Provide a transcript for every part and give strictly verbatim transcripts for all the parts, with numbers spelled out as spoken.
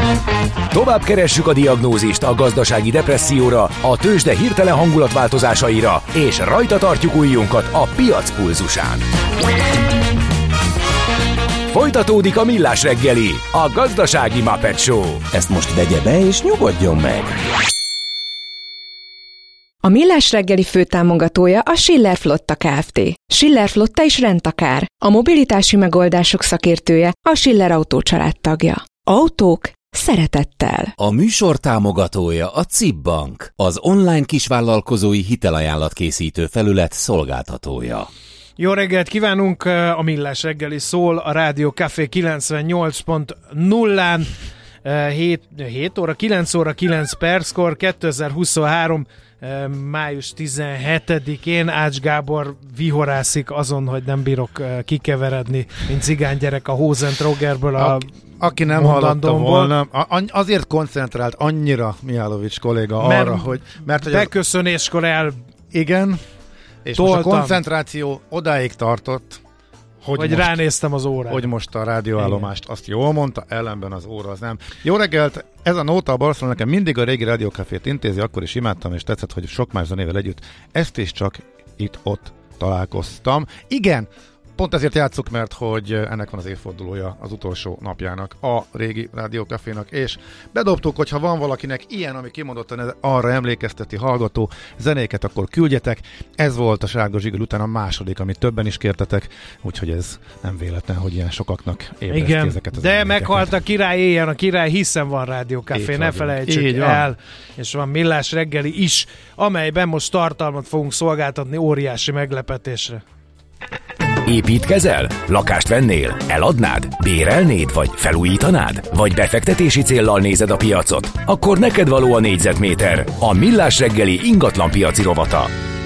Tovább keressük a diagnózist a gazdasági depresszióra, a tőzsde hirtelen hangulatváltozásaira, és rajta tartjuk ujjunkat a piac pulzusán. Folytatódik a Millás reggeli, a gazdasági Muppet Show. Ezt most vegye be és nyugodjon meg! A Millás reggeli főtámogatója a Schiller Flotta Kft. Schiller Flotta is rendtakár. A mobilitási megoldások szakértője, a Schiller Autó család tagja. Autók szeretettel. A műsor támogatója a cé i bé Bank, az online kisvállalkozói hitelajánlatkészítő felület szolgáltatója. Jó reggelt kívánunk, a Millás reggeli szól a Rádió Café kilencvennyolc pont nullán, hét óra, kilenc óra kilenc perckor, kétezer-huszonhárom május tizenhetedikén. Ács Gábor vihorászik azon, hogy nem bírok kikeveredni, mint cigánygyerek a Hozentrogerből a Aki, aki nem hallotta volna, azért koncentrált annyira Mihálovics kolléga mert arra, hogy... Mert hogy beköszönéskor el... Igen, és toltam. Most a koncentráció odáig tartott, hogy, hogy most, ránéztem az órára. Hogy most a rádióállomást azt jól mondta, ellenben az óra az nem. Jó reggelt, ez a nóta a Barcelona nekem mindig a régi rádiókafét intézi, akkor is imádtam, és tetszett, hogy sok más zenével együtt ezt is csak itt-ott találkoztam. Igen, pont ezért játsszuk, mert hogy ennek van az évfordulója az utolsó napjának a régi rádiókafénak, és bedobtuk, hogyha van valakinek ilyen, ami kimondottan arra emlékezteti hallgató zenéket, akkor küldjetek. Ez volt a Sárga Zsigel után a második, amit többen is kértetek, úgyhogy ez nem véletlen, hogy ilyen sokaknak ébreszti ezeket az de emlékeket. Meghalt a király, éljen a király, hiszen van rádiókafé, ne felejtsük el, és van Millás reggeli is, amelyben most tartalmat fogunk szolgáltatni óriási meglepetésre. Építkezel? Lakást vennél? Eladnád? Bérelnéd? Vagy felújítanád? Vagy befektetési céllal nézed a piacot? Akkor neked való a négyzetméter. A Millás reggeli ingatlanpiaci rovata.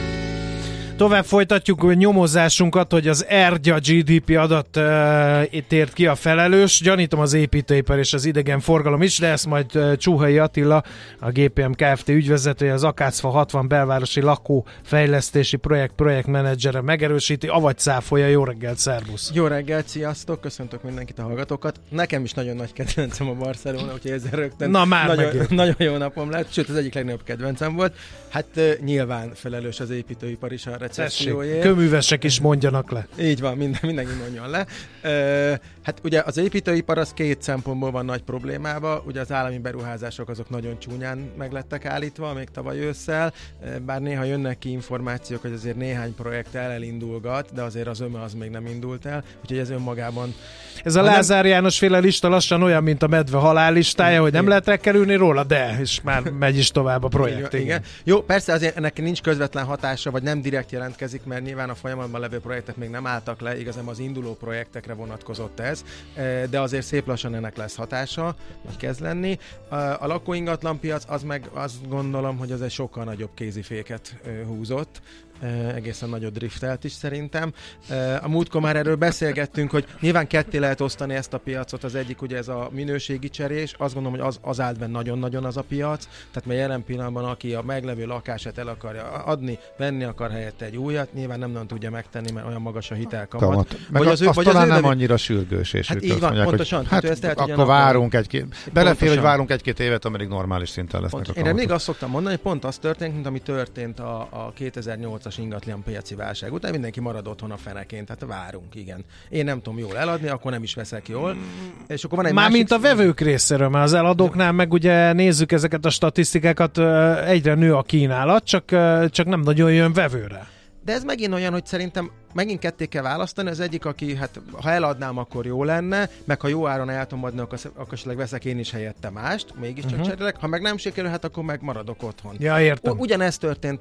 Tovább folytatjuk nyomozásunkat, hogy az Ergya gé dé pé adat uh, tért ki a felelős. Gyanítom az építőipar és az idegenforgalom is, de ezt majd uh, Csuhai Attila, a gé pé em Kft. Ügyvezetője, az Akácfa hatvan belvárosi lakófejlesztési projekt projektmenedzsere megerősíti, avagy cáfolja. Jó reggelt, szervusz! Jó reggelt, sziasztok! Köszöntök mindenkit, a hallgatókat. Nekem is nagyon nagy kedvencem a Barcelona, úgyhogy ezzel rögtön Na, már nagyon, nagyon jó napom lett, sőt az egyik legnagyobb kedvencem volt. Hát uh, nyilván felelős az építőipar is a recesszióért. Köművesek is mondjanak le. Így van, minden, mindenki mondjon le. Uh, hát ugye az építőipar az két szempontból van nagy problémába. Ugye az állami beruházások azok nagyon csúnyán meglettek állítva, még tavaly ősszel, bár néha jönnek ki információk, hogy azért néhány projekt el elindulgat, de azért az öme az még nem indult el, úgyhogy ez önmagában... Ez a Lázár nem... János féle lista lassan olyan, mint a medve halállistája, hogy nem lehet elkerülni róla, de, és már megy is tovább a projekt. Igen, igen. Jó, persze azért ennek nincs közvetlen hatása, vagy nem direkt jelentkezik, mert nyilván a folyamatban levő projektek még nem álltak le, igazán az induló projektekre vonatkozott ez, de azért szép lassan ennek lesz hatása, vagy kezd lenni. A lakóingatlanpiac az meg azt gondolom, hogy az egy sokkal nagyobb kéziféket húzott, egészen nagyot driftelt is szerintem. A múltkor már erről beszélgettünk, hogy nyilván ketté lehet osztani ezt a piacot, az egyik ugye ez a minőségi cserés, azt gondolom, hogy az, az állt be nagyon-nagyon az a piac, tehát mert jelen pillanatban aki a meglevő lakását el akarja adni, venni akar helyette egy újat, nyilván nem nagyon tudja megtenni, mert olyan magas a hitelkamat. Kamat. Vagy az, az, az talán nem annyira sürgős, és hát ők így van, mondják, pontosan, hogy hát, ezt akkor várunk egy-két, belefér, hogy várunk egy-két évet, ameddig normális szinten lesznek pont, a kamatok. Én még azt szoktam mondani, hogy pont az történt, mint ami történt a, a kétezer-nyolcas ingatlanpiaci válság után, mindenki marad otthon a feneként, tehát várunk, igen. Én nem tudom jól eladni, akkor nem is veszek jól. És akkor van egy Már másik... mint a vevők részéről, mert az eladóknál meg ugye nézzük ezeket a statisztikákat, egyre nő a kínálat, csak, csak nem nagyon jön vevőre. De ez megint olyan, hogy szerintem megint ketté kell választani, az egyik, aki hát ha eladnám, akkor jó lenne, meg ha jó áron el tudom adni, akkor, akkor esetleg veszek én is helyette mást, mégiscsak uh-huh. cserélek, ha meg nem sikerül, hát akkor meg maradok otthon. Ja, értem. Ugyanezt történt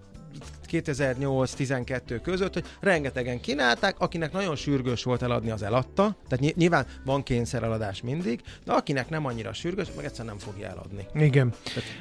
kétezer-nyolc-tizenkettő között, hogy rengetegen kínálták, akinek nagyon sürgős volt eladni, az eladta, tehát nyilván van kényszereladás mindig, de akinek nem annyira sürgős, meg egyszerűen nem fogja eladni. Igen.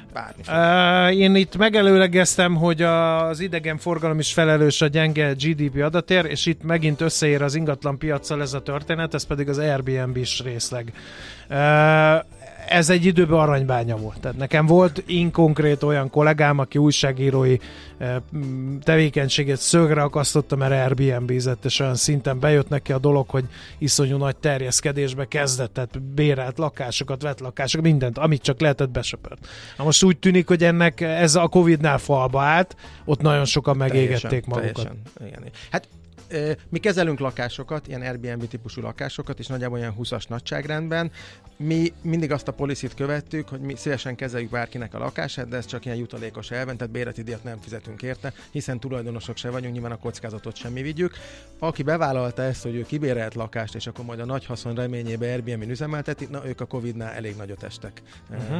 Uh, én itt megelőlegeztem, hogy az idegenforgalom is felelős a gyenge gé dé pé adatért, és itt megint összeér az ingatlan piaccal ez a történet, ez pedig az Airbnb-s részleg. Uh, ez egy időben aranybánya volt. Tehát nekem volt inkonkrét olyan kollégám, aki újságírói tevékenységet szögre akasztotta, mert Airbnb-zett, és olyan szinten bejött neki a dolog, hogy iszonyú nagy terjeszkedésbe kezdett, tehát bérelt lakásokat, vett lakásokat, mindent, amit csak lehetett besöpört. Na most úgy tűnik, hogy ennek ez a Covid-nál falba állt, ott nagyon sokan megégették teljesen, magukat. Teljesen. Igen. Hát mi kezelünk lakásokat, ilyen Airbnb típusú lakásokat, és nagyjából olyan húszas nagyságrendben. Mi mindig azt a policit követtük, hogy mi szívesen kezeljük bárkinek a lakását, de ez csak ilyen jutalékos elven, tehát bérleti díjat nem fizetünk érte, hiszen tulajdonosok se vagyunk, nyilván a kockázatot sem mi vigyük. Aki bevállalta ezt, hogy ő kibérelt lakást, és akkor majd a nagy haszon reményébe Airbnb-n üzemelteti, na ők a Covid-nál elég nagyot estek. Uh-huh.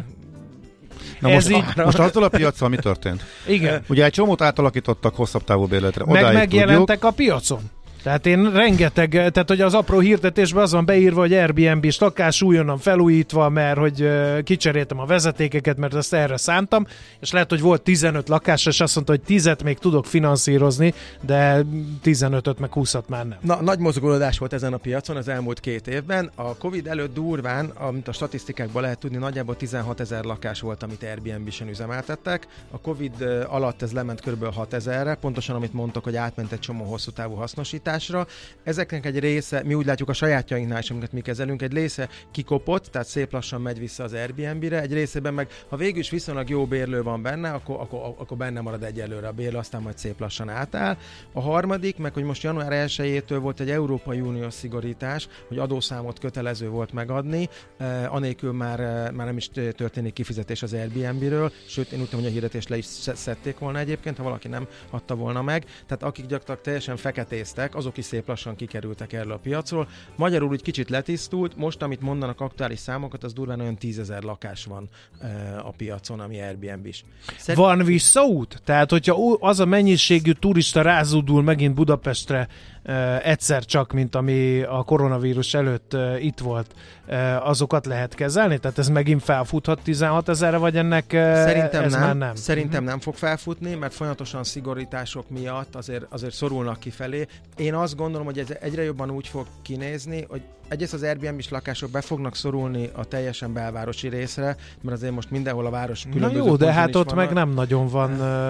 Na most, így... most azzal a piacon mi történt? Igen. Ugye egy csomót átalakítottak hosszabb távú bérletre. Meg megjelentek tudjuk. A piacon. Tehát én rengeteg, tehát hogy az apró hirdetésben az van beírva, hogy Airbnb-s lakás újonnan felújítva, mert hogy kicseréltem a vezetékeket, mert ezt erre szántam, és lehet, hogy volt tizenöt lakás, és azt mondta, hogy tízet még tudok finanszírozni, de tizenötöt meg húszat már nem. Na, nagy mozgolódás volt ezen a piacon az elmúlt két évben. A Covid előtt durván, amit a statisztikákban lehet tudni, nagyjából tizenhatezer lakás volt, amit Airbnb-sen üzemeltettek. A Covid alatt ez lement kb. hatezerre, pontosan amit mondtak, hogy átment egy csomó hosszú távú hasznosítás. Ezeknek egy része, mi úgy látjuk a sajátjainknál is, amiket mi kezelünk, egy része kikopott, tehát szép lassan megy vissza az Airbnb-re, egy részében meg, ha végül is viszonylag jó bérlő van benne, akkor, akkor, akkor benne marad egyelőre a bérlő, aztán majd szép lassan átáll. A harmadik, meg hogy most január elsejétől volt egy Európai Uniós szigorítás, hogy adószámot kötelező volt megadni, eh, anélkül már, eh, már nem is történik kifizetés az Airbnb-ről, sőt, én úgy tudom, hogy a hirdetést le is szedték volna egyébként, ha valaki nem adta volna meg. Tehát akik gyakorlatilag teljesen feketéztek, azok is szép lassan kikerültek erről a piacról. Magyarul úgy kicsit letisztult, most amit mondanak aktuális számokat, az durván olyan tízezer lakás van e, a piacon, ami Airbnb-s. Szerint... Van visszaút? Tehát, hogyha az a mennyiségű turista rázódul megint Budapestre e, egyszer csak, mint ami a koronavírus előtt e, itt volt, e, azokat lehet kezelni? Tehát ez megint felfuthat tizenhat ezerre, vagy ennek e, Szerintem ez nem. már nem? Szerintem uh-huh. nem fog felfutni, mert folyamatosan szigorítások miatt azért, azért szorulnak kifelé. Én azt gondolom, hogy ez egyre jobban úgy fog kinézni, hogy egyrészt az Airbnb-s lakások be fognak szorulni a teljesen belvárosi részre, mert azért most mindenhol a város különböző. Na jó, de hát ott vannak. Meg nem nagyon van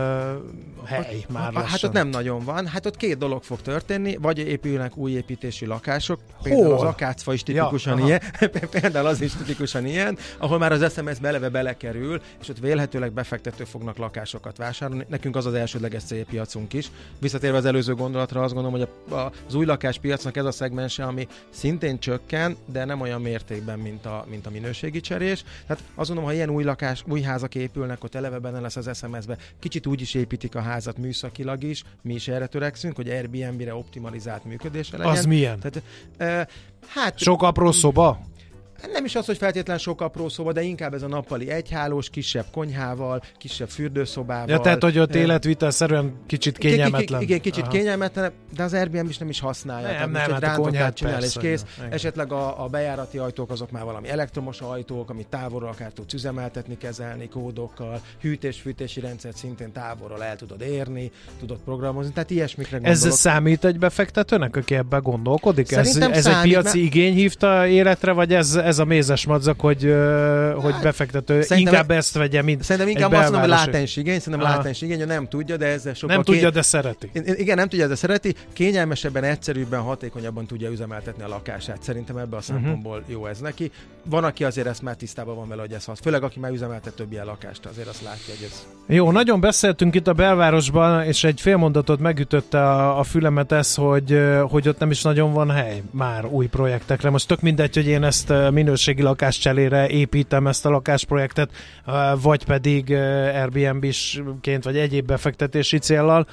uh, hely már lassan. Hát ott nem nagyon van. Hát ott két dolog fog történni, vagy épülnek új építésű lakások, például Hol? Az Akácfa is tipikusan ja, ilyen, például az is tipikusan ilyen, ahol már az es em es beleve belekerül, és ott vélhetőleg befektetők fognak lakásokat vásárolni. Nekünk az az elsődleges célpiacunk is. Visszatérve az előző gondolatra, azt gondolom, hogy a, a, az új lakáspiacnak ez a szegmense, ami szintén csökken, de nem olyan mértékben, mint a, mint a minőségi cserés. Tehát azt mondom, ha ilyen új lakás, új házak épülnek, ott eleve benne lesz az es em es-be. Kicsit úgy is építik a házat műszakilag is, mi is erre törekszünk, hogy Airbnb-re optimalizált működése legyen. Az milyen? Tehát, e, hát, Sok apró szoba? Nem is az, hogy feltétlen sok apró szoba, de inkább ez a nappali egyhálós, kisebb konyhával, kisebb fürdőszobával. Ja, tehát, hogy ott életvitelszerűen kicsit kényelmetlen. Igen, kicsit kényelmetlen, de az Airbnb is nem is használja. Nem, tehát nem, egy hát a konyhát csinál, persze, és kész. igen. Esetleg a, a bejárati ajtók azok már valami elektromos ajtók, amit távolról akár tudsz üzemeltetni, kezelni kódokkal, hűtés-fűtési rendszert szintén távolról el tudod érni, tudod programozni, tehát ilyesmikre gondolok. Ez számít egy befektetőnek, aki ebben gondolkodik? Szerintem ez, ez számít, egy piaci mert... igény hívta életre, vagy ez, ez a mézes madzag, hogy, uh, hogy befektető szerintem inkább ezt vegye, mint szerintem inkább azt mondom, hogy látens igény, szerintem Aha. látens igény, hogy nem tudja, de ezzel sokkal... Nem tudja, de szereti. Igen, nem tudja, de szereti. Kényelmesebben, egyszerűbben, hatékonyabban tudja üzemeltetni a lakását. Szerintem ebből a szempontból uh-huh. jó ez neki. Van, aki azért ezt már tisztában van vele, hogy ez hasz. Főleg, aki már üzemeltet több ilyen lakást, azért azt látja, hogy ez... Jó, nagyon beszéltünk itt a belvárosban, és egy fél mondatot megütötte a, a fülemet ez, hogy, hogy ott nem is nagyon van hely már új projektekre. Most tök mindegy, hogy én ezt minőségi lakáscserére építem ezt a lakásprojektet, vagy pedig Airbnb-sként, vagy egyéb befektetési céllal,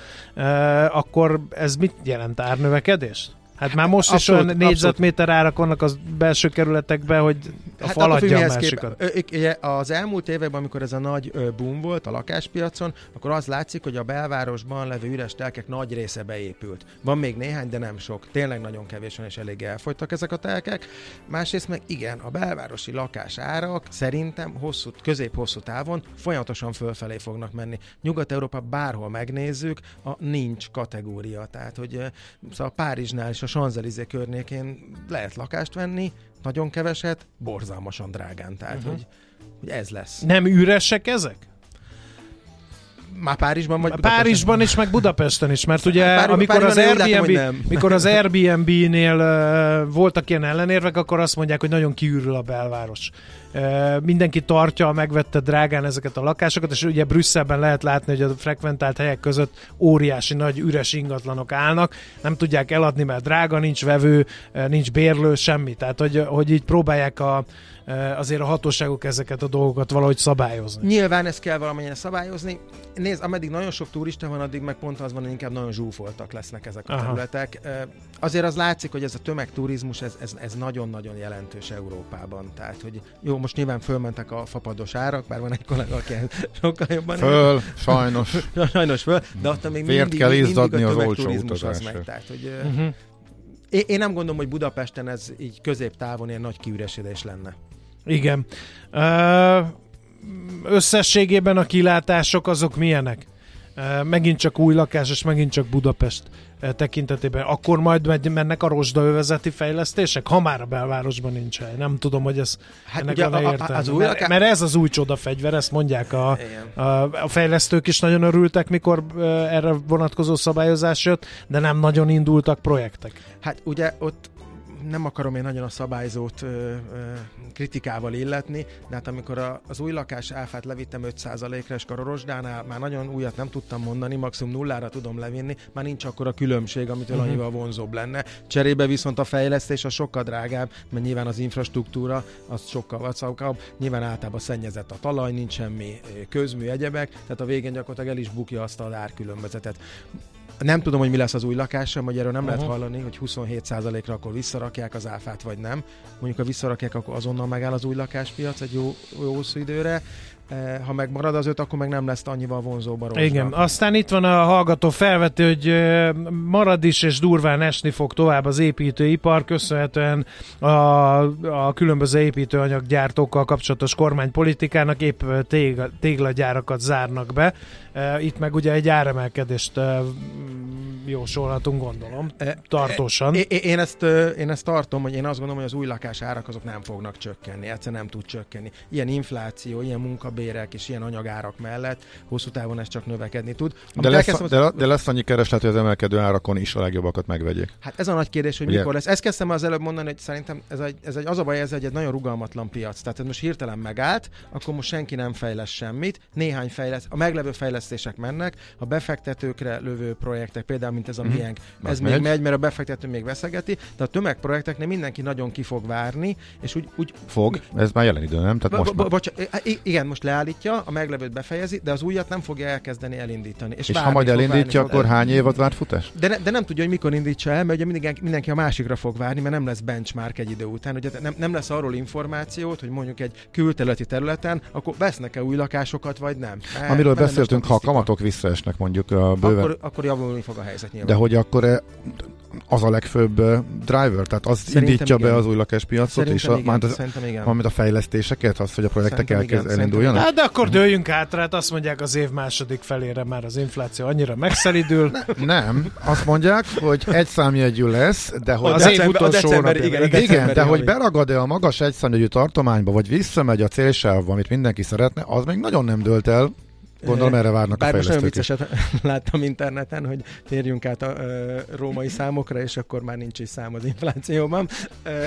akkor ez mit jelent? Árnövekedés? Hát már most abszolút, is olyan négyzetméter árak vannak az belső kerületekben, hogy a hát fal adja a másikat. Kép, az elmúlt években, amikor ez a nagy boom volt a lakáspiacon, akkor az látszik, hogy a belvárosban levő üres telkek nagy része beépült. Van még néhány, de nem sok. Tényleg nagyon kevés van, és elég elfogytak ezek a telkek. Másrészt meg igen, a belvárosi lakás árak szerintem hosszú, közép-hosszú távon folyamatosan fölfelé fognak menni. Nyugat-Európa bárhol megnézzük, a nincs kategória. Tehát, hogy szóval Párizsnál is a Champs-Élysées környékén lehet lakást venni, nagyon keveset, borzalmasan drágán. Tehát, uh-huh. hogy, hogy ez lesz. Nem üresek ezek? Már Párizsban vagy Budapesten? Párizsban is, meg Budapesten is, mert ugye Párizsban, amikor, az Párizsban Airbnb, látom, mikor az Airbnb-nél uh, voltak ilyen ellenérvek, akkor azt mondják, hogy nagyon kiürül a belváros. Uh, mindenki tartja, megvette drágán ezeket a lakásokat, és ugye Brüsszelben lehet látni, hogy a frekventált helyek között óriási nagy üres ingatlanok állnak, nem tudják eladni, mert drága, nincs vevő, nincs bérlő, semmi. Tehát, hogy, hogy így próbálják a, azért a hatóságok ezeket a dolgokat valahogy szabályozni. Nyilván ezt kell valamennyire szabályozni. Nézd, ameddig nagyon sok turista van, addig meg pont az van, hogy inkább nagyon zsúfoltak lesznek ezek a Aha. területek. Azért az látszik, hogy ez a tömegturizmus, ez, ez, ez nagyon-nagyon jelentős Európában. Tehát, hogy jó, most nyilván fölmentek a fapados árak, bár van egy kollega, aki sokkal jobban föl, él. sajnos. sajnos föl, de ott még mindig, kell mindig a tömegturizmus az megy. Tehát, hogy, uh-huh. én, én nem gondolom, hogy Budapesten ez így középtávon ilyen nagy kiüresedés lenne. Igen. Uh, összességében a kilátások azok milyenek? Uh, megint csak új lakás, és megint csak Budapest uh, tekintetében. Akkor majd megy, mennek a rozsdaövezeti fejlesztések? Ha már a belvárosban nincs hely. Nem tudom, hogy ez hát ennek ugye van a, értelme. az új mert, lakás... mert ez az új csodafegyver, ezt mondják a, a, a fejlesztők is nagyon örültek, mikor uh, erre vonatkozó szabályozás jött, de nem nagyon indultak projektek. Hát ugye ott nem akarom én nagyon a szabályzót ö, ö, kritikával illetni, de hát amikor a, az új lakás áfát levittem öt százalékra, és a rozsdánál már nagyon újat nem tudtam mondani, maximum nullára tudom levinni, már nincs akkor a különbség, amitől uh-huh. annyival vonzóbb lenne. Cserébe viszont a fejlesztés az sokkal drágább, mert nyilván az infrastruktúra az sokkal vacakabb, nyilván általában szennyezett a talaj, nincs semmi közmű, egyebek, tehát a végén gyakorlatilag el is bukja azt az árkülönbözetet. Nem tudom, hogy mi lesz az új lakással, hogy erről nem uh-huh. lehet hallani, hogy huszonhét százalékra akkor visszarakják az áfát, vagy nem. Mondjuk, ha visszarakják, akkor azonnal megáll az új lakáspiac egy jó, jó hosszú időre. Ha megmarad az öt, akkor meg nem lesz annyival vonzóbb a rozsda. Igen, aztán itt van a hallgató felvető, hogy marad is, és durván esni fog tovább az építőipar, köszönhetően a, a különböző építőanyaggyártókkal kapcsolatos kormánypolitikának épp tégla, téglagyárakat zárnak be. Itt meg ugye egy áremelkedést jósolhatunk, gondolom, tartósan. Én, én, ezt, én ezt tartom, hogy én azt gondolom, hogy az új lakás árak azok nem fognak csökkenni, egyszerűen nem tud csökkenni. Ilyen infláció, ilyen munkabérek és ilyen anyagárak mellett hosszú távon ez csak növekedni tud. De lesz, elkezdtem, de, de lesz annyi kereslet, hogy az emelkedő árakon is a legjobbakat megvegyék. Hát ez a nagy kérdés, hogy ugye? Mikor lesz. Ezt kezdtem az előbb mondani, hogy szerintem ez, egy, ez egy, az a baj, ez egy, egy nagyon rugalmatlan piac. Tehát ez most hirtelen megállt, akkor most senki nem fejleszt semmit, néhány fejleszt, a meglevő fejlesztések mennek, a befektetőkre lövő projektek, például mint ez a miénk, mm-hmm. ez még megy. megy, mert a befektető még veszegeti, de a tömegprojekteknél mindenki nagyon ki fog várni, és úgy... úgy fog? Ez már jelen idő, nem? Tehát most bo- bo- igen, most leállítja, a meglevőt befejezi, de az újat nem fogja elkezdeni elindítani. És, és ha majd elindítja, akkor hány év vár futás? De, ne, de nem tudja, hogy mikor indítsa el, mert ugye mindenki, mindenki a másikra fog várni, mert nem lesz benchmark egy idő után. Ugye nem, nem lesz arról információt, hogy mondjuk egy külterületi területen, akkor vesznek-e új lakásokat, vagy nem. E, Amiről beszéltünk, ha a kamatok visszaesnek mondjuk a bőven. Akkor, akkor javulni fog a helyzet nyilván. De hogy akkor az a legfőbb driver, tehát az szerintem indítja igen. be az új lakáspiacot, és a, igen, az, valamint a fejlesztéseket, az, hogy a projektek elkezd, elinduljanak? Hát de akkor dőljünk hátra, hát azt mondják, az év második felére már az infláció annyira megszelidül. Ne, nem, azt mondják, hogy egy számjegyű lesz, de hogy az év utolsó december, igen, igen, igen, de hogy beragad-e a magas egyszámjegyű tartományba, vagy visszamegy a célsávba, amit mindenki szeretne, az még nagyon nem dőlt el. Gondolom, erre várnak Bár a fejlesztők is. Bár most nagyon vicceset láttam interneten, hogy térjünk át a ö, római számokra, és akkor már nincs is szám az inflációban. Ö,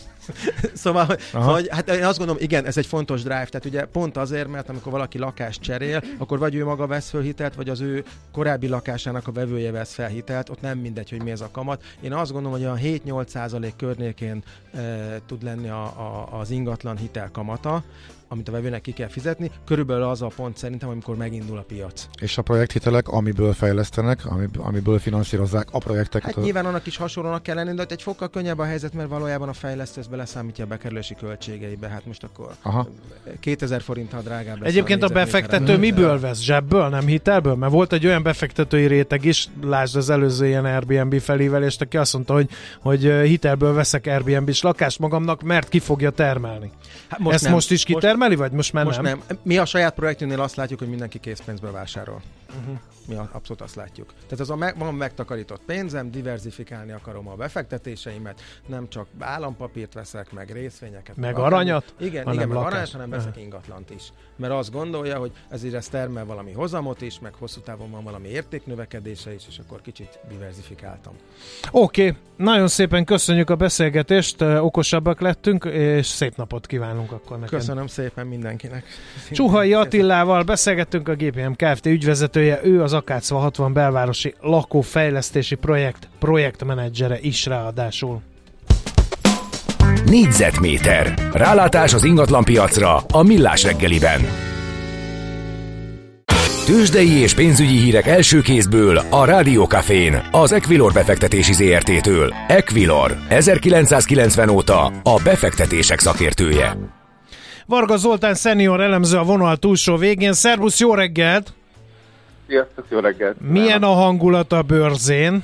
Szóval, hogy, hát én azt gondolom, igen, ez egy fontos drive, tehát ugye pont azért, mert amikor valaki lakást cserél, akkor vagy ő maga vesz fel hitelt, vagy az ő korábbi lakásának a vevője vesz fel hitelt, ott nem mindegy, hogy mi ez a kamat. Én azt gondolom, hogy a hét-nyolc százalék környékén e, tud lenni a, a, az ingatlan hitel kamata, amit a vevőnek ki kell fizetni, körülbelül az a pont szerintem, amikor megindul a piac. És a projekthitelek, amiből fejlesztenek, amiből finanszírozzák a projekteket? Hát nyilván annak is hasonlónak kell lenni, de egy fokkal könnyebb a helyzet, mert valójában a fejlesztő ezt beleszámítja a bekerülési költségeibe. Hát most akkor Aha. kétezer forinttal drágább lesz. Egyébként a, a befektető hmm. miből vesz? Zsebből, nem hitelből? Mert volt egy olyan befektetői réteg is, lásd az előző ilyen Airbnb felívelést, aki azt mondta, hogy, hogy hitelből veszek Airbnb-s lakást magamnak, mert ki fogja termelni. Hát most Ezt nem. most is kitermeli, vagy most már most nem? nem? Mi a saját projektünknél azt látjuk, hogy mindenki készpénzből vásárol. Uh-huh. mi abszolút azt látjuk. Tehát az a me- van megtakarított pénzem, diverzifikálni akarom a befektetéseimet, nem csak állampapírt veszek, meg részvényeket. Meg akár, aranyat? Igen, igen, meg aranyat, hanem veszek ingatlant is. Mert azt gondolja, hogy ezért ez termel valami hozamot is, meg hosszú távon van valami értéknövekedése is, és akkor kicsit diverzifikáltam. Oké, okay. Nagyon szépen köszönjük a beszélgetést, okosabbak lettünk, és szép napot kívánunk akkor neked. Köszönöm szépen mindenkinek. Csuhai Attilával beszélgettünk, a gé pé em Kft. Ügyvezetője, ő az Akácva hatvan belvárosi lakófejlesztési projekt projektmenedzsere is ráadásul. Négyzetméter. Rálátás az ingatlanpiacra a Millás reggeliben. Tőzsdei és pénzügyi hírek első kézből a Rádió Cafén, az Equilor befektetési zé er té-től. Equilor, ezerkilencszázkilencven óta a befektetések szakértője. Varga Zoltán szenior elemző a vonal túlsó végén. Szervusz, jó reggelt! Sziasztok, jó reggelt! Milyen a hangulat a bőrzén?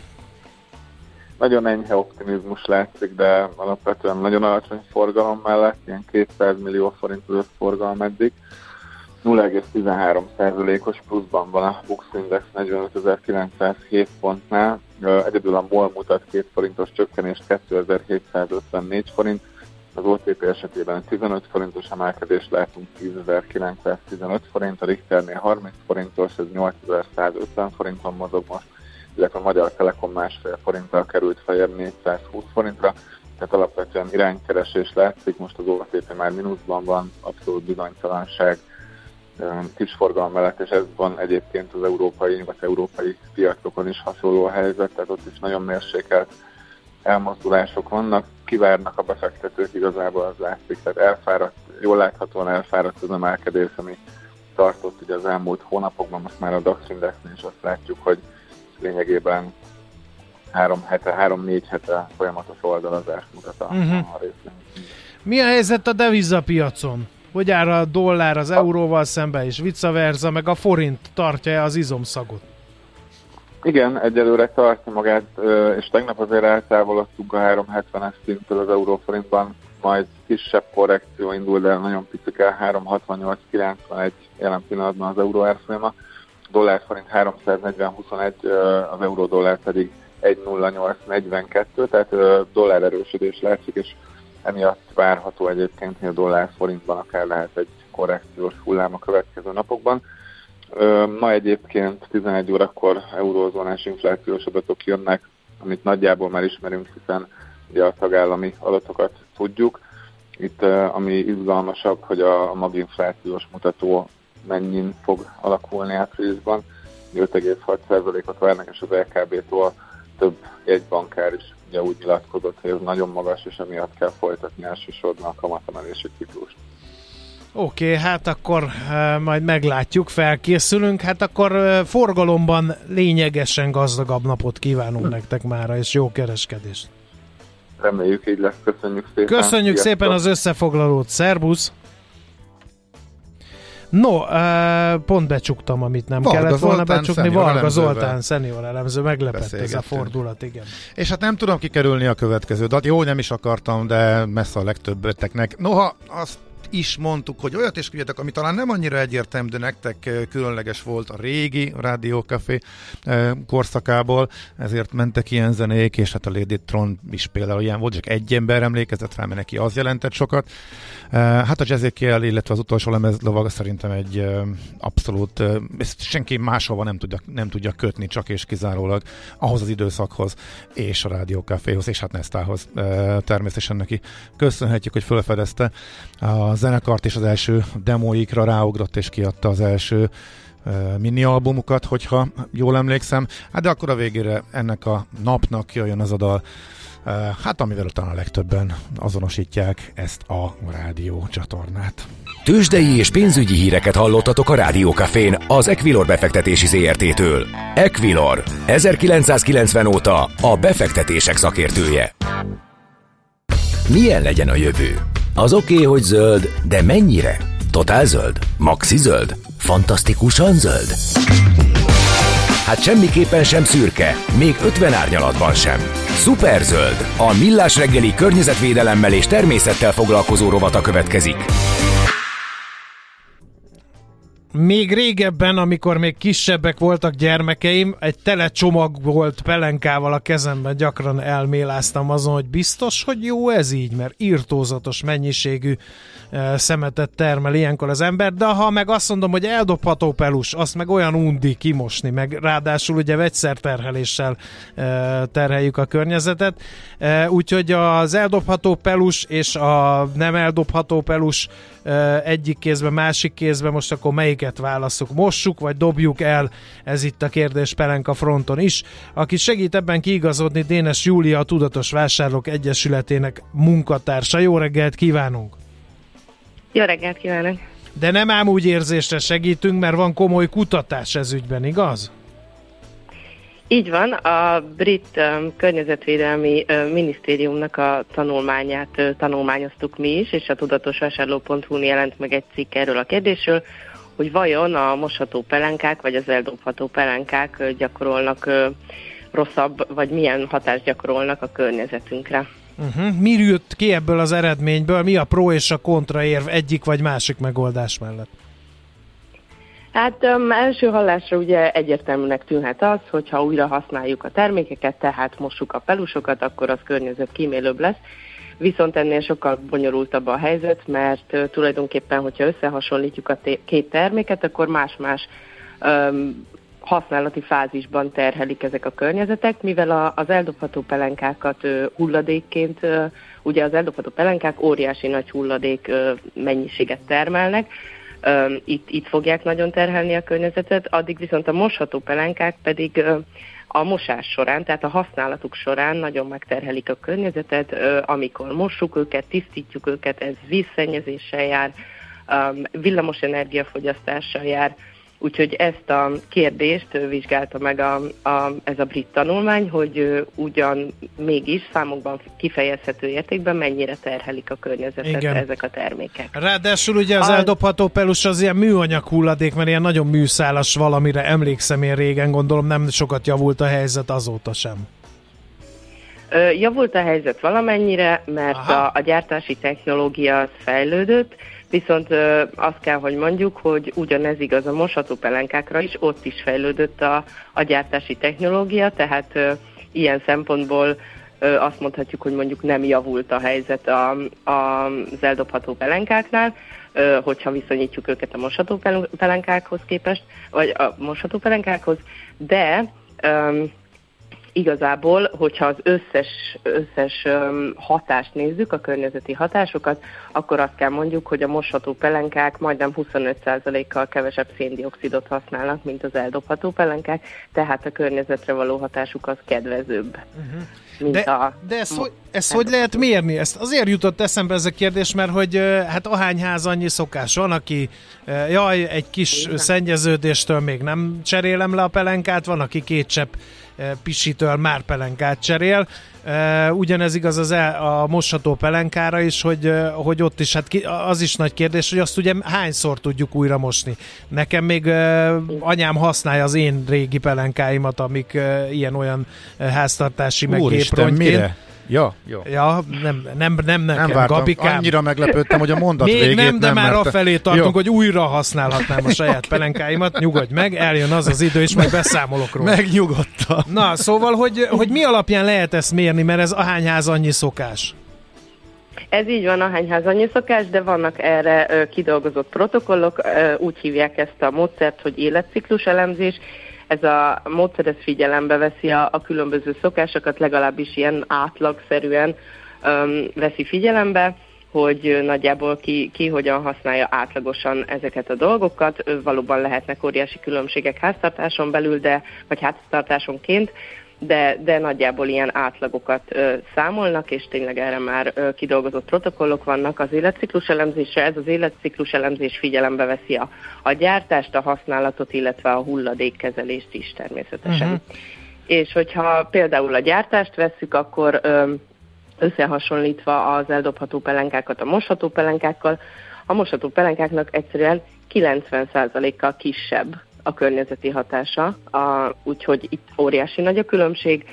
Nagyon enyhe optimizmus látszik, de alapvetően nagyon alacsony forgalom mellett, ilyen kétszáz millió forint között forgalom eddig. nulla egész tizenhárom százalékos pluszban van a Bux Index negyvenötezer-kilencszázhét pontnál. Egyedül a MOL mutat két forintos csökkenést, kétezer-hétszázötvennégy forint. Az o té pé esetében tizenöt forintos emelkedést látunk, tízezer-kilencszáztizenöt forint, a Richternél harminc forintos, ez nyolcezer-százötven forinton mozog most, illetve a Magyar Telekom másfél forinttal került feljebb négyszázhúsz forintra, tehát alapvetően iránykeresés látszik, most az o té pé már mínuszban van, abszolút bizonytalanság, kis forgalom mellett, és ez van egyébként az európai, nyugat-európai piacokon is hasonló a helyzet, tehát ott is nagyon mérsékelt elmozdulások vannak, kivárnak a befektetők, igazából az látszik, tehát elfáradt, jól láthatóan elfáradt az emelkedés, ami tartott ugye az elmúlt hónapokban, most már a DAX Indexnél is azt látjuk, hogy lényegében három hete, három-négy hete folyamatos oldalazást mutat a, uh-huh. a részvény. Mi a helyzet a devizapiacon? Hogy áll a dollár az euróval szemben és vice versa, meg a forint tartja az izomszagot? Igen, egyelőre tartja magát, és tegnap azért eltávolodtunk a három hetvenes szinttől az euróforintban, majd kisebb korrekció indul, de nagyon picike, három hatvannyolc kilencvenegy jelen pillanatban az euró árfolyama, dollár forint háromszáznegyven huszonegy, az euró dollár pedig egy nulla nyolc negyvenkettő, tehát dollár erősödés látszik, és emiatt várható egyébként, hogy a dollár forintban akár lehet egy korrekciós hullám a következő napokban. Ma egyébként tizenegy órakor eurózónás inflációs adatok jönnek, amit nagyjából már ismerünk, hiszen ugye a tagállami adatokat tudjuk. Itt ami izgalmasabb, hogy a maginflációs mutató mennyin fog alakulni áprilisban. öt egész hat százalékot várnak, és az el ká bé-tól több jegybankár is ugye úgy nyilatkozott, hogy ez nagyon magas, és emiatt kell folytatni elsősorban a kamatemelési ciklust. Oké, okay, hát akkor uh, majd meglátjuk, felkészülünk, hát akkor uh, forgalomban lényegesen gazdagabb napot kívánunk nektek mára, és jó kereskedést. Reméljük, így lesz, köszönjük szépen. Köszönjük Sziasztok. Szépen az összefoglalót, szervusz! No, uh, pont becsuktam, amit nem Varga kellett volna Zoltán, becsukni. Varga Zoltán, szenior elemző, meglepett ez a fordulat, igen. És hát nem tudom kikerülni a következő dat. Jó, nem is akartam, de messze a legtöbbeteknek. Noha, azt is mondtuk, hogy olyat is küldjetek, ami talán nem annyira egyértelmű, de nektek különleges volt a régi Rádió Café korszakából, ezért mentek ilyen zenék, és hát a Lady Tron is például ilyen volt, csak egy ember emlékezett rá, mert neki az jelentett sokat. Hát a Jazzékiel, illetve az utolsó lemez lovaga szerintem egy abszolút, ezt senki máshova nem tudja, nem tudja kötni, csak és kizárólag ahhoz az időszakhoz, és a Rádió Caféhoz, és hát Nestához természetesen neki köszönhetjük, hogy felfedezte a zenekart, és az első demóikra ráugrott, és kiadta az első uh, mini albumukat, hogyha jól emlékszem. Hát de akkor a végére ennek a napnak jöjjön az a dal, uh, hát amivel talán a legtöbben azonosítják ezt a rádió csatornát. Tőzsdei és pénzügyi híreket hallottatok a Rádió Cafén az Equilor befektetési zé er té-től. Equilor, ezerkilencszázkilencven óta a befektetések szakértője. Milyen legyen a jövő? Az oké, okay, hogy zöld, de mennyire? Totál zöld? Maxi zöld? Fantasztikusan zöld? Hát semmiképpen sem szürke, még ötven árnyalatban sem. Szuperzöld, a Millás reggeli környezetvédelemmel és természettel foglalkozó rovata következik. Még régebben, amikor még kisebbek voltak gyermekeim, egy tele csomag volt pelenkával a kezemben, gyakran elméláztam azon, hogy biztos, hogy jó ez így, mert irtózatos mennyiségű e, szemetet termel ilyenkor az ember, de ha meg azt mondom, hogy eldobható pelus, azt meg olyan undi kimosni, meg ráadásul ugye vegyszerterheléssel e, terheljük a környezetet, e, úgyhogy az eldobható pelus és a nem eldobható pelus e, egyik kézben, másik kézben, most akkor melyiket válasszuk? Mossuk, vagy dobjuk el? Ez itt a kérdés Pelenka fronton is. Aki segít ebben kiigazodni, Dénes Júlia, a Tudatos Vásárlók Egyesületének munkatársa. Jó reggelt kívánunk! Jó reggelt kívánok! De nem ám úgy érzésre segítünk, mert van komoly kutatás ez ügyben, igaz? Így van, a brit um, környezetvédelmi uh, minisztériumnak a tanulmányát uh, tanulmányoztuk mi is, és a tudatosvásárló pont hu-n jelent meg egy cikk erről a kérdésről, hogy vajon a mosható pelenkák vagy az eldobható pelenkák uh, gyakorolnak uh, rosszabb, vagy milyen hatást gyakorolnak a környezetünkre. Uh-huh. Mi jött ki ebből az eredményből? Mi a pro és a kontra érv egyik vagy másik megoldás mellett? Hát um, első hallásra ugye egyértelműnek tűnhet az, hogyha újra használjuk a termékeket, tehát mossuk a pelusokat, akkor az környezetkímélőbb lesz. Viszont ennél sokkal bonyolultabb a helyzet, mert uh, tulajdonképpen, hogyha összehasonlítjuk a té- két terméket, akkor más-más um, használati fázisban terhelik ezek a környezetek, mivel a, az eldobható pelenkákat uh, hulladékként, uh, ugye az eldobható pelenkák óriási nagy hulladék uh, mennyiséget termelnek, uh, itt, itt fogják nagyon terhelni a környezetet, addig viszont a mosható pelenkák pedig uh, a mosás során, tehát a használatuk során nagyon megterhelik a környezetet, uh, amikor mossuk őket, tisztítjuk őket, ez vízszennyezéssel jár, um, villamos energiafogyasztással jár. Úgyhogy ezt a kérdést vizsgálta meg a, a, ez a brit tanulmány, hogy ugyan mégis számokban kifejezhető értékben mennyire terhelik a környezetet Igen. ezek a termékek. Ráadásul ugye az, az eldobható pelus az ilyen műanyag hulladék, mert ilyen nagyon műszálas valamire emlékszem én régen, gondolom nem sokat javult a helyzet azóta sem. Javult a helyzet valamennyire, mert a, a gyártási technológia az fejlődött, viszont ö, azt kell, hogy mondjuk, hogy ugyanez igaz a mosható pelenkákra is, ott is fejlődött a, a gyártási technológia, tehát ö, ilyen szempontból ö, azt mondhatjuk, hogy mondjuk nem javult a helyzet a, a, az eldobható pelenkáknál, ö, hogyha viszonyítjuk őket a mosható pelenkákhoz képest, vagy a mosható pelenkákhoz, de ö, igazából, hogyha az összes, összes um, hatást nézzük, a környezeti hatásokat, akkor azt kell mondjuk, hogy a mosható pelenkák majdnem huszonöt százalékkal kevesebb széndioxidot használnak, mint az eldobható pelenkák, tehát a környezetre való hatásuk az kedvezőbb. Uh-huh. Mint de a de ezt, hogy, ezt hogy lehet mérni? Ezt azért jutott eszembe ez a kérdés, mert hogy hát ahány ház annyi szokás van, aki jaj, egy kis Igen. szennyeződéstől még nem cserélem le a pelenkát, van, aki két csepp pisitől már pelenkát cserél. Ugyanez igaz az el, a mosható pelenkára is, hogy, hogy ott is, hát az is nagy kérdés, hogy azt ugye hányszor tudjuk újra mosni. Nekem még anyám használja az én régi pelenkáimat, amik ilyen-olyan háztartási meg géprongyként. Ja, jó. Ja, nem, nem, nem nekem, nem vártam. Gabikám. Annyira meglepődtem, hogy a mondat Még végét nem, de nem már merte. afelé tartunk, jó. Hogy újra használhatnám a saját pelenkáimat. Nyugodj meg, eljön az az idő, és majd beszámolok róla. Megnyugodtam. Na, szóval, hogy, hogy mi alapján lehet ezt mérni, mert ez ahány ház annyi szokás? Ez így van, ahány ház annyi szokás, de vannak erre ö, kidolgozott protokollok, ö, úgy hívják ezt a módszert, hogy életciklus elemzés. Ez a módszer ez figyelembe veszi a, a különböző szokásokat, legalábbis ilyen átlagszerűen öm, veszi figyelembe, hogy nagyjából ki, ki hogyan használja átlagosan ezeket a dolgokat. Valóban lehetnek óriási különbségek háztartáson belül, de, vagy háztartásonként, de, de nagyjából ilyen átlagokat ö, számolnak, és tényleg erre már ö, kidolgozott protokollok vannak az életciklus elemzésre. Ez az életciklus elemzés figyelembe veszi a, a gyártást, a használatot, illetve a hulladékkezelést is természetesen. Uh-huh. És hogyha például a gyártást vesszük, akkor ö, összehasonlítva az eldobható pelenkákat a mosható pelenkákkal, a mosható pelenkáknak egyszerűen kilencven százalékkal kisebb a környezeti hatása, a, úgyhogy itt óriási nagy a különbség,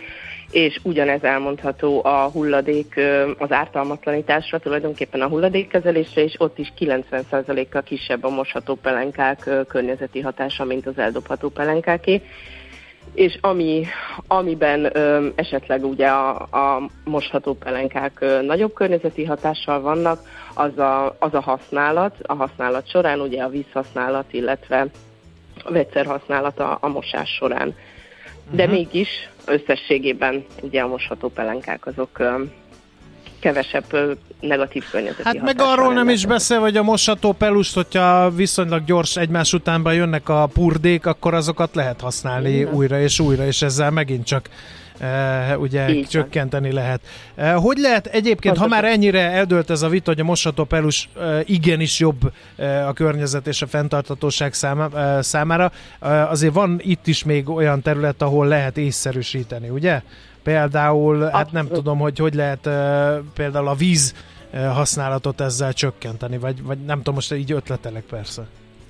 és ugyanez elmondható a hulladék, az ártalmatlanításra, tulajdonképpen a hulladékkezelésre, és ott is kilencven százalékkal kisebb a mosható pelenkák környezeti hatása, mint az eldobható pelenkáké. És ami, amiben ö, esetleg ugye a, a mosható pelenkák ö, nagyobb környezeti hatással vannak, az a, az a használat, a használat során, ugye a vízhasználat, illetve a vegyszerhasználat a, a mosás során. De uh-huh. mégis összességében ugye a mosható pelenkák azok ö, kevesebb ö, negatív környezeti Hát meg arról nem is beszél, hogy a mosható pelust, hogyha viszonylag gyors egymás utánban jönnek a purdék, akkor azokat lehet használni igen. újra és újra, és ezzel megint csak e, ugye így csökkenteni van. Lehet. E, hogy lehet egyébként, pontosan. Ha már ennyire eldőlt ez a vita, hogy a mosható pelus e, igenis jobb e, a környezet és a fenntarthatóság száma, e, számára, e, azért van itt is még olyan terület, ahol lehet észszerűsíteni, ugye? Például, abszolút. Hát nem tudom, hogy hogy lehet uh, például a víz uh, használatot ezzel csökkenteni, vagy, vagy nem tudom, most így ötletelek persze.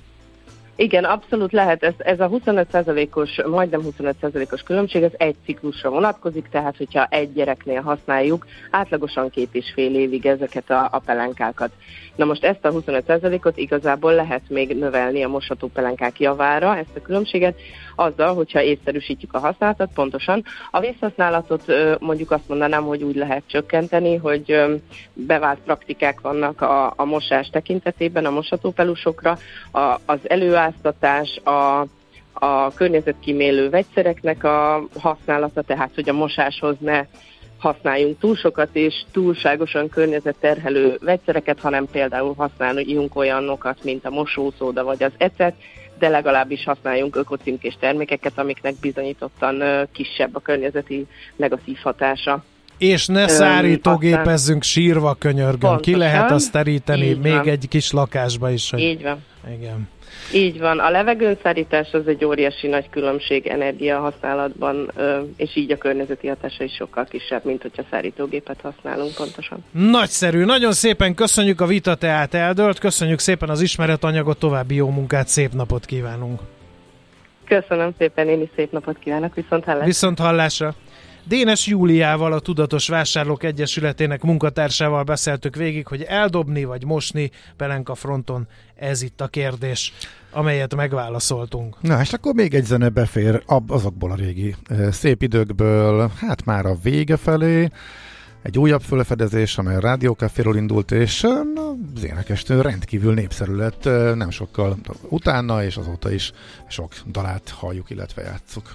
Igen, abszolút lehet. Ez, ez a huszonöt százalékos, majdnem huszonöt százalékos különbség, ez egy ciklusra vonatkozik, tehát hogyha egy gyereknél használjuk, átlagosan két és fél évig ezeket a, a pelenkákat. Na most ezt a huszonöt százalékot igazából lehet még növelni a mosható pelenkák javára, ezt a különbséget, azzal, hogyha észszerűsítjük a használatot, pontosan. A vízhasználatot mondjuk azt mondanám, hogy úgy lehet csökkenteni, hogy bevált praktikák vannak a, a mosás tekintetében, a mosható pelusokra, a, az előáztatás, a, a környezetkímélő vegyszereknek a használata, tehát hogy a mosáshoz ne használjunk túl sokat és túlságosan környezetterhelő vegyszereket, hanem például használjunk olyanokat, mint a mosószóda vagy az ecet, de legalábbis használjunk ökocímkés termékeket, amiknek bizonyítottan kisebb a környezeti negatív hatása. És ne szárítógépezzünk sírva, könyörgöm. Pontosan. Ki lehet azt teríteni így még van. Egy kis lakásba is. Hogy... Így van. Igen. Így van. A levegőnszárítás az egy óriási nagy különbség energiahasználatban, és így a környezeti hatása is sokkal kisebb, mint hogyha szárítógépet használunk pontosan. Nagyszerű. Nagyon szépen köszönjük, a vita tehát eldőlt. Köszönjük szépen az ismeretanyagot, további jó munkát, szép napot kívánunk. Köszönöm szépen, én is szép napot kívánok, viszont hallásra. Viszont hallásra. Dénes Júliával, a Tudatos Vásárlók Egyesületének munkatársával beszéltük végig, hogy eldobni vagy mosni pelenka fronton, ez itt a kérdés, amelyet megválaszoltunk. Na, és akkor még egy zene befér azokból a régi szép időkből, hát már a vége felé, egy újabb felfedezés, amely a Rádió Caféról indult, és az énekestő rendkívül népszerű lett, nem sokkal utána, és azóta is sok dalát halljuk, illetve játsszuk.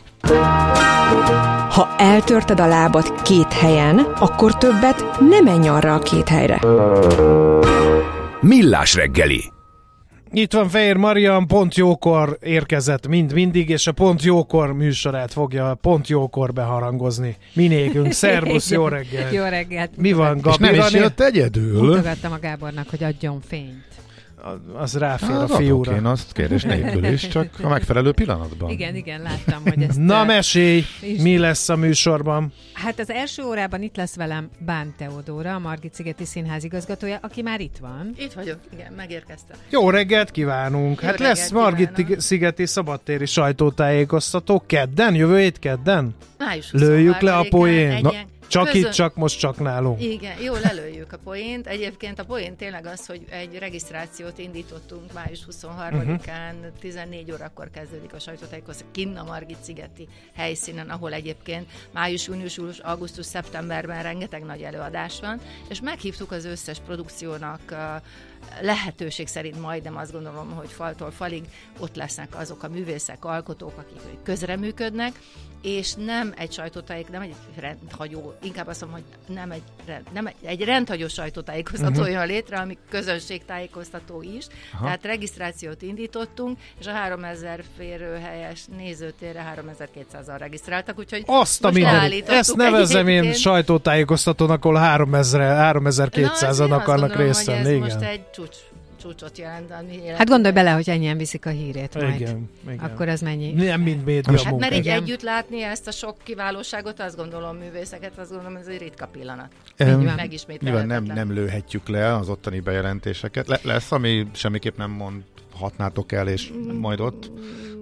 Ha eltörted a lábad két helyen, akkor többet ne menj arra a két helyre. Millás reggeli. Itt van Fejér Marian, pont jókor érkezett mind mindig, és a Pont Jókor műsorát fogja pont jókor beharangozni. Minékünk. Szervusz, jó reggelt! Jó reggelt! Mi van, Gabi? És nem is jött egyedül? Mutogattam a Gábornak, hogy adjon fényt. Az ráfér hát, a fiúra. Én azt kérdés nélkül is, csak a megfelelő pillanatban. Igen, igen, láttam, hogy ezt... Na mesélj, mi lesz a műsorban? Hát az első órában itt lesz velem Bán Teodóra, a Margit-szigeti Színház igazgatója, aki már itt van. Itt vagyok, igen, megérkeztem. Jó reggelt kívánunk! Jó hát lesz Margit-szigeti szabadtéri sajtótájékoztató kedden, jövő hét kedden? Május Lőjük le a poént. Csak Közön... itt, csak most, csak nálunk. Igen, jól lelőjük a poént. Egyébként a poént tényleg az, hogy egy regisztrációt indítottunk május huszonharmadikán, uh-huh. tizennégy órakor kezdődik a sajtótájékoztató kinn a Margit-szigeti helyszínen, ahol egyébként május, június, július, augusztus, szeptemberben rengeteg nagy előadás van, és meghívtuk az összes produkciónak lehetőség szerint, majdnem azt gondolom, hogy faltól falig ott lesznek azok a művészek, alkotók, akik közreműködnek, és nem egy sajtótájék, nem egy rendhagyó, inkább azt mondom, hogy nem egy, nem egy, egy rendhagyó sajtótájékoztató uh-huh. jön létre, ami közönségtájékoztató is. Aha. Tehát regisztrációt indítottunk, és a háromezer férőhelyes nézőtérre háromezer-kétszázan regisztráltak, úgyhogy azt a mindenit. Ezt nevezem én sajtótájékoztatónak, ahol háromezer-kétszázan akarnak részt venni. Ez most egy csúcs csúcsot jelent. Hát gondolj bele, hogy ennyien viszik a hírét majd. Igen, igen. Akkor ez mennyi? Nem mind média hát mert így együtt látni ezt a sok kiválóságot, azt gondolom művészeket, azt gondolom, ez egy ritka pillanat. Um, Nyilván nem, nem lőhetjük le az ottani bejelentéseket. Le, lesz, ami semmiképp nem mondhatnátok el, és majd ott?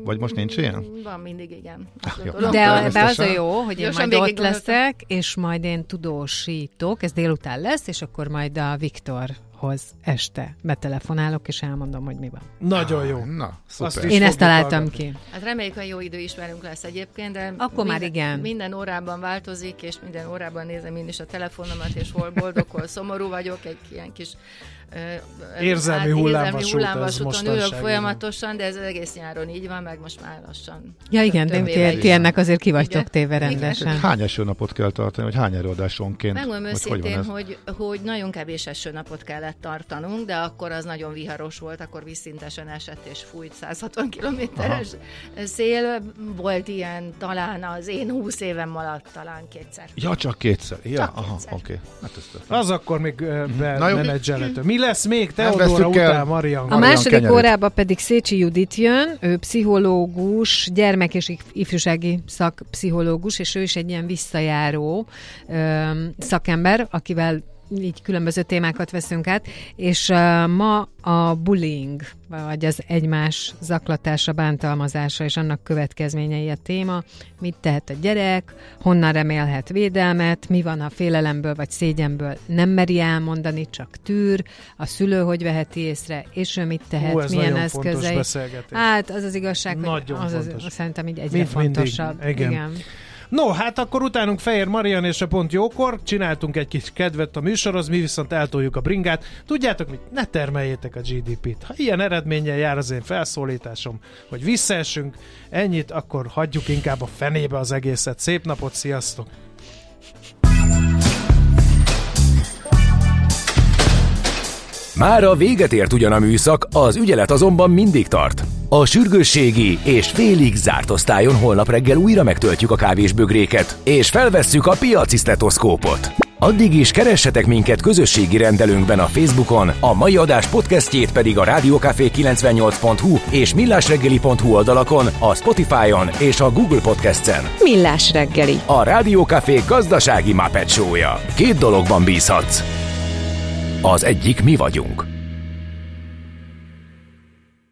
Vagy most nincs ilyen? Van mindig, igen. Ah, de ebbe az a jó, hogy én Gyorsan majd ott leszek, és majd én tudósítok, ez délután lesz, és akkor majd a Viktorhoz este betelefonálok, és elmondom, hogy mi van. Nagyon jó. Na, szuper. Én ezt találtam ki. Hát reméljük, hogy jó időismerünk lesz egyébként, de akkor minden, már igen. Minden órában változik, és minden órában nézem én is a telefonomat, és hol boldog, hol szomorú vagyok, egy ilyen kis uh, érzelmi hát, hullámvasút, hullámvasúton ülök folyamatosan, de ez egész nyáron így van, meg most már lassan. Ja igen, de ti, ti ennek azért ki vagytok téve rendesen. Hány esőnapot kell tartani, vagy hány előadásonként? Megmondom őszintén, hogy, hogy nagyon kevés esőnapot kellett tartanunk, de akkor az nagyon viharos volt, akkor vízszintesen esett és fújt száz hatvan kilométeres szél. Volt ilyen talán az én húsz évem alatt talán kétszer. Ja, csak kétszer. Ja, csak aha, kétszer. oké. Hát az akkor még uh, menedzselhető. Mi lesz még Teodóra után, Marian? A második órában pedig Szécsi Judit jön, ő pszichológus, gyermek- és ifjúsági szakpszichológus, és ő is egy ilyen visszajáró ö, szakember, akivel így különböző témákat veszünk át, és uh, ma a bullying, vagy az egymás zaklatása, bántalmazása és annak következményei a téma. Mit tehet a gyerek, honnan remélhet védelmet, mi van a félelemből vagy szégyenből nem meri elmondani, csak tűr, a szülő hogy veheti észre, és ő mit tehet, Hú, ez milyen nagyon eszközei. fontos beszélgetés. Hát az az igazság, nagyon hogy az, fontos. az, szerintem így egyre Mint fontosabb. Mindig. Igen. Igen. No, hát akkor utánunk Fejér Marian és a Pont Jókor, csináltunk egy kis kedvet a műsorhoz, mi viszont eltoljuk a bringát. Tudjátok mit? Ne termeljétek a gé dé pét. Ha ilyen eredménnyel jár az én felszólításom, hogy visszaessünk ennyit, akkor hagyjuk inkább a fenébe az egészet. Szép napot, sziasztok! Mára véget ért ugyan a műszak, az ügyelet azonban mindig tart. A sürgősségi és félig zárt osztályon holnap reggel újra megtöltjük a kávésbögréket, és felvesszük a piaci sztetoszkópot. Addig is keressetek minket közösségi rendelőnkben a Facebookon, a mai adás podcastjét pedig a rádiókafé kilencvennyolc pont hu és millásreggeli pont hu oldalakon, a Spotify-on és a Google Podcast-en. Millás reggeli. A Rádiókafé gazdasági Muppet Show-ja. Két dologban bízhatsz. Az egyik mi vagyunk.